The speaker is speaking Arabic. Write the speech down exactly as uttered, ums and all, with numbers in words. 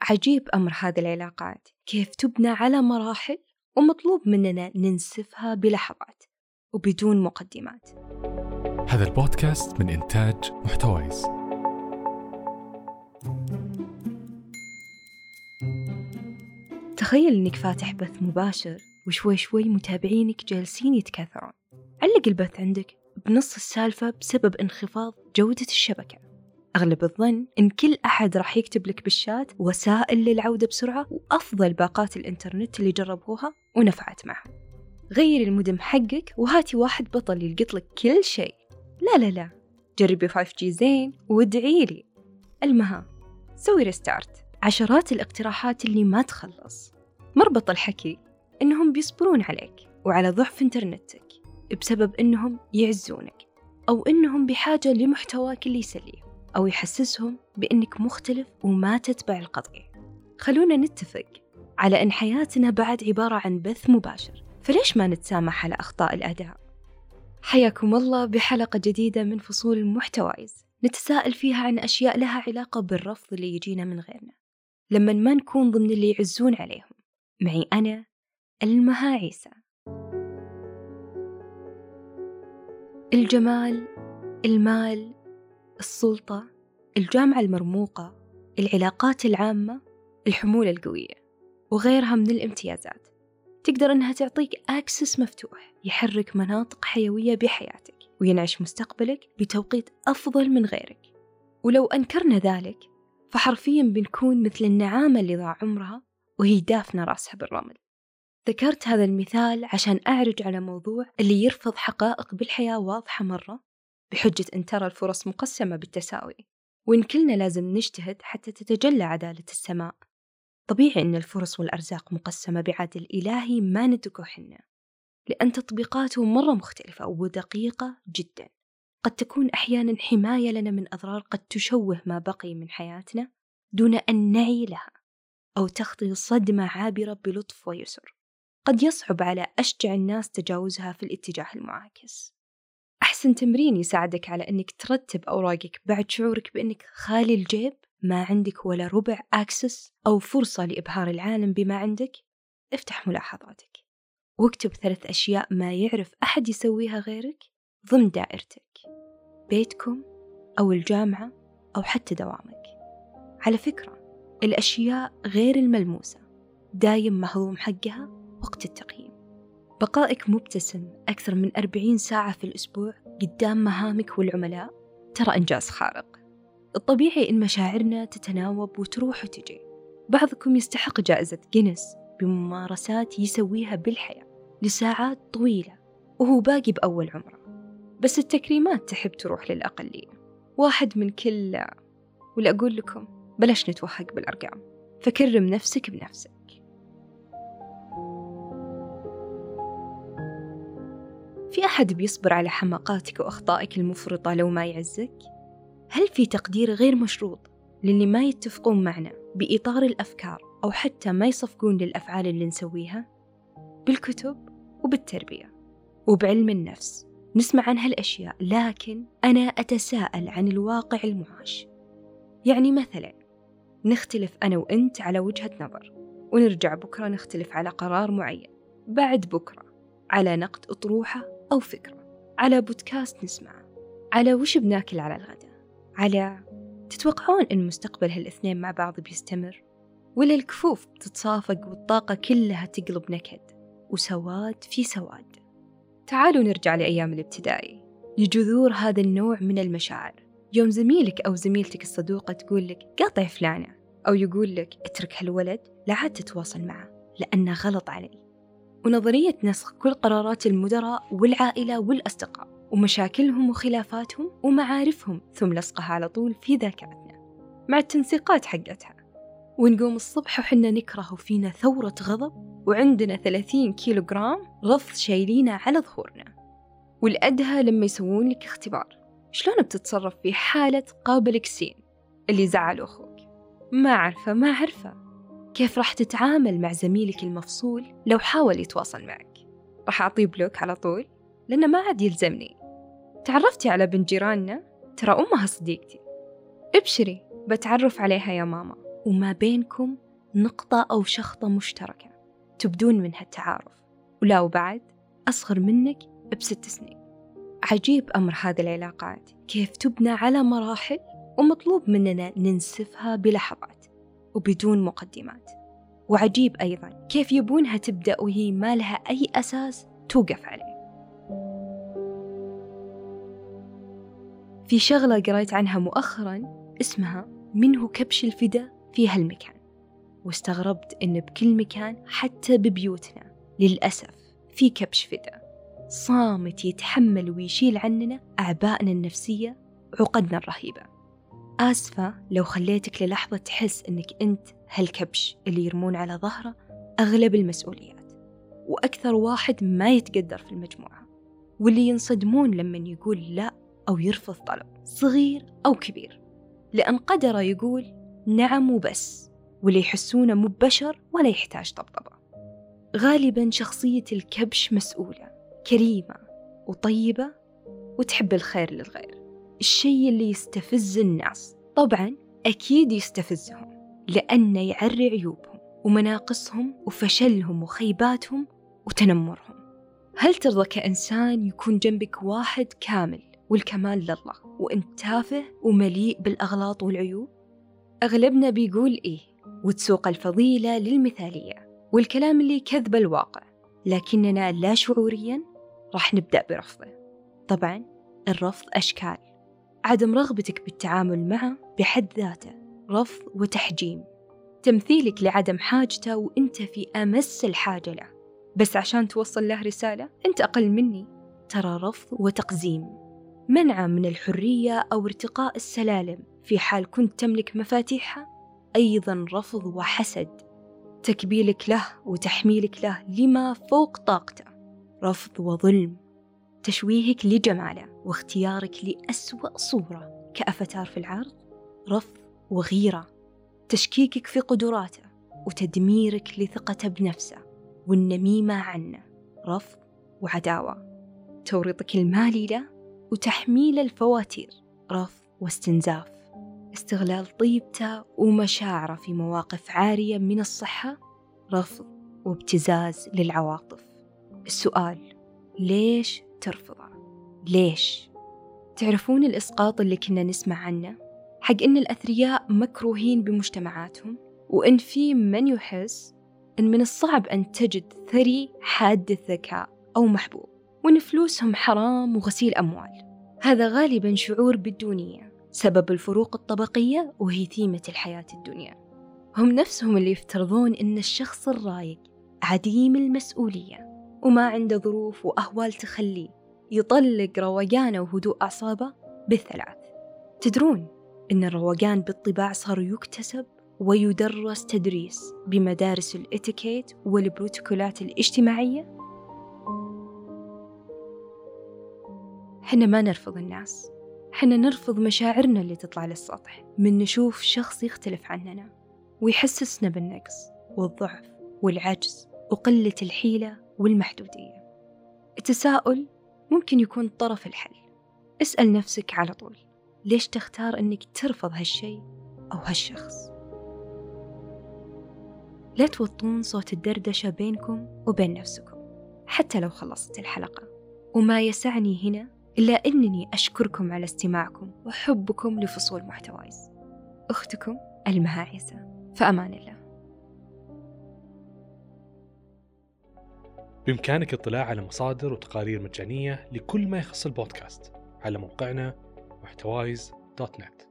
عجيب أمر هذه العلاقات، كيف تبنى على مراحل ومطلوب مننا ننسفها بلحظات وبدون مقدمات. هذا البودكاست من إنتاج محتويس. تخيل إنك فاتح بث مباشر وشوي شوي متابعينك جالسين يتكاثرون. علق البث عندك بنص السالفة بسبب انخفاض جودة الشبكة. أغلب الظن إن كل أحد راح يكتب لك بالشات وسائل للعودة بسرعة وأفضل باقات الإنترنت اللي جربوها ونفعت معهم. غير المودم حقك وهاتي واحد بطل يلقط لك كل شيء. لا لا لا، جربي فايف جي زين وادعي لي. المها سوي ريستارت. عشرات الاقتراحات اللي ما تخلص. مربط الحكي إنهم بيصبرون عليك وعلى ضعف إنترنتك بسبب إنهم يعزونك، أو إنهم بحاجة لمحتواك اللي يسليهم، أو يحسسهم بإنك مختلف وما تتبع القضية. خلونا نتفق على أن حياتنا بعد عبارة عن بث مباشر، فليش ما نتسامح على أخطاء الأداء؟ حياكم الله بحلقة جديدة من فصول محتوايز، نتساءل فيها عن أشياء لها علاقة بالرفض اللي يجينا من غيرنا لما ما نكون ضمن اللي يعزون عليهم. معي أنا المها عيسى. الجمال، المال، السلطة، الجامعة المرموقة، العلاقات العامة، الحمولة القوية وغيرها من الامتيازات تقدر أنها تعطيك أكسس مفتوح يحرك مناطق حيوية بحياتك وينعش مستقبلك بتوقيت أفضل من غيرك. ولو أنكرنا ذلك فحرفياً بنكون مثل النعامة اللي ضاع عمرها وهي دافنة رأسها بالرمل. ذكرت هذا المثال عشان أعرج على موضوع اللي يرفض حقائق بالحياة واضحة مرة بحجة أن ترى الفرص مقسمة بالتساوي، وإن كلنا لازم نجتهد حتى تتجلى عدالة السماء. طبيعي أن الفرص والأرزاق مقسمة بعدل إلهي ما ندركه حنا، لأن تطبيقاته مرة مختلفة ودقيقة جدا. قد تكون أحيانا حماية لنا من أضرار قد تشوه ما بقي من حياتنا دون أن نعي لها، أو تخطي صدمة عابرة بلطف ويسر قد يصعب على أشجع الناس تجاوزها في الاتجاه المعاكس. أحسن تمرين يساعدك على أنك ترتب أوراقك بعد شعورك بأنك خالي الجيب، ما عندك ولا ربع أكسس أو فرصة لإبهار العالم بما عندك. افتح ملاحظاتك واكتب ثلاث أشياء ما يعرف أحد يسويها غيرك ضمن دائرتك، بيتكم أو الجامعة أو حتى دوامك. على فكرة، الأشياء غير الملموسة دايم مهضوم حقها وقت التقييم. بقائك مبتسم أكثر من أربعين ساعة في الأسبوع قدام مهامك والعملاء ترى إنجاز خارق. الطبيعي إن مشاعرنا تتناوب وتروح وتجي. بعضكم يستحق جائزة جينيس بممارسات يسويها بالحياة لساعات طويلة وهو باقي بأول عمره، بس التكريمات تحب تروح للأقلية. واحد من كل. ولا أقول لكم بلاش نتوهق بالأرقام، فكرم نفسك بنفسك. في أحد بيصبر على حماقاتك وأخطائك المفرطة لو ما يعزك؟ هل في تقدير غير مشروط للي ما يتفقون معنا بإطار الأفكار أو حتى ما يصفقون للأفعال اللي نسويها؟ بالكتب وبالتربية وبعلم النفس نسمع عن هالأشياء، لكن أنا أتساءل عن الواقع المعاش. يعني مثلا نختلف أنا وإنت على وجهة نظر، ونرجع بكرة نختلف على قرار معين، بعد بكرة على نقد أطروحة أو فكرة، على بودكاست نسمعه، على وش بناكل على الغداء، على تتوقعون إن مستقبل هالاثنين مع بعض بيستمر؟ ولا الكفوف بتتصافق والطاقة كلها تقلب نكد وسواد في سواد؟ تعالوا نرجع لأيام الابتدائي، لجذور هذا النوع من المشاعر. يوم زميلك أو زميلتك الصدوقة تقول لك قاطع فلانة، أو يقول لك اترك هالولد لا عاد تتواصل معه لأنه غلط علي. ونظرية نسخ كل قرارات المدراء والعائلة والأصدقاء ومشاكلهم وخلافاتهم ومعارفهم ثم لصقها على طول في ذاكرتنا مع التنسيقات حقتها. ونقوم الصبح وحنا نكره فينا ثورة غضب وعندنا ثلاثين كيلو جرام رفض شايلينا على ظهورنا. والأدهى لما يسوون لك اختبار شلون بتتصرف في حالة قابلك سين اللي زعل أخوك؟ ما عارفة ما عارفة. كيف راح تتعامل مع زميلك المفصول لو حاول يتواصل معك؟ راح أعطيه بلوك على طول لأنه ما عاد يلزمني. تعرفتي على بنت جيراننا؟ ترى أمها صديقتي. ابشري بتعرف عليها يا ماما، وما بينكم نقطة أو شخطة مشتركة تبدون منها التعارف، ولا وبعد أصغر منك بست سنين. عجيب أمر هذه العلاقات كيف تبنى على مراحل، ومطلوب مننا ننسفها بلحظات وبدون مقدمات. وعجيب أيضا كيف يبونها تبدأ وهي ما لها أي أساس توقف عليه. في شغلة قرأت عنها مؤخرا اسمها منه كبش الفدا في هالمكان، واستغربت إن بكل مكان حتى ببيوتنا للأسف في كبش فدا صامت يتحمل ويشيل عننا أعبائنا النفسية وعقدنا الرهيبة. آسفة لو خليتك للحظة تحس إنك أنت هالكبش اللي يرمون على ظهره أغلب المسؤوليات، وأكثر واحد ما يتقدر في المجموعة، واللي ينصدمون لمن يقول لا أو يرفض طلب صغير أو كبير، لأن قدره يقول نعم وبس، واللي يحسونه مو بشر ولا يحتاج طبطبة. غالبا شخصية الكبش مسؤولة، كريمة وطيبة وتحب الخير للغير، الشيء اللي يستفز الناس. طبعا أكيد يستفزهم لأنه يعري عيوبهم ومناقصهم وفشلهم وخيباتهم وتنمرهم. هل ترضى كإنسان يكون جنبك واحد كامل والكمال لله وأنت تافه ومليء بالأغلاط والعيوب؟ أغلبنا بيقول إيه وتسوق الفضيلة للمثالية والكلام اللي كذب الواقع، لكننا لا شعوريا راح نبدأ برفضه. طبعا الرفض أشكال، عدم رغبتك بالتعامل معه بحد ذاته رفض وتحجيم، تمثيلك لعدم حاجته وأنت في أمس الحاجة له بس عشان توصل له رسالة أنت أقل مني، ترى رفض وتقزيم، منعه من الحرية أو ارتقاء السلالم في حال كنت تملك مفاتيحها أيضا رفض وحسد، تكبيلك له وتحميلك له لما فوق طاقته رفض وظلم، تشويهك لجماله واختيارك لأسوأ صورة كأفتار في العرض رفض وغيرة، تشكيكك في قدراته وتدميرك لثقته بنفسه والنميمة عنه رفض وعداوة، توريطك المالي له وتحميل الفواتير رفض واستنزاف، استغلال طيبته ومشاعره في مواقف عارية من الصحة رفض وابتزاز للعواطف. السؤال ليش ترفضه؟ ليش؟ تعرفون الإسقاط اللي كنا نسمع عنه حق إن الأثرياء مكروهين بمجتمعاتهم، وإن في من يحس إن من الصعب أن تجد ثري حاد الذكاء أو محبوب، وإن فلوسهم حرام وغسيل أموال. هذا غالباً شعور بالدونية سبب الفروق الطبقية وهي ثيمة الحياة الدنيا. هم نفسهم اللي يفترضون إن الشخص الرايق عديم المسؤولية وما عنده ظروف وأهوال تخليه يطلق روقانه وهدوء أعصابه بالثلاث. تدرون إن الروقان بالطباع صار يكتسب ويدرس تدريس بمدارس الإتيكيت والبروتوكولات الاجتماعية؟ حنا ما نرفض الناس، حنا نرفض مشاعرنا اللي تطلع للسطح من نشوف شخص يختلف عننا ويحسسنا بالنقص والضعف والعجز وقلة الحيلة والمحدودية. التساؤل ممكن يكون طرف الحل. اسأل نفسك على طول، ليش تختار أنك ترفض هالشيء أو هالشخص؟ لا توطون صوت الدردشة بينكم وبين نفسكم حتى لو خلصت الحلقة. وما يسعني هنا إلا أنني أشكركم على استماعكم وحبكم لفصول محتوايز. أختكم المهاعسة، فأمان الله. بإمكانك الاطلاع على مصادر وتقارير مجانية لكل ما يخص البودكاست على موقعنا محتوايز دوت نت.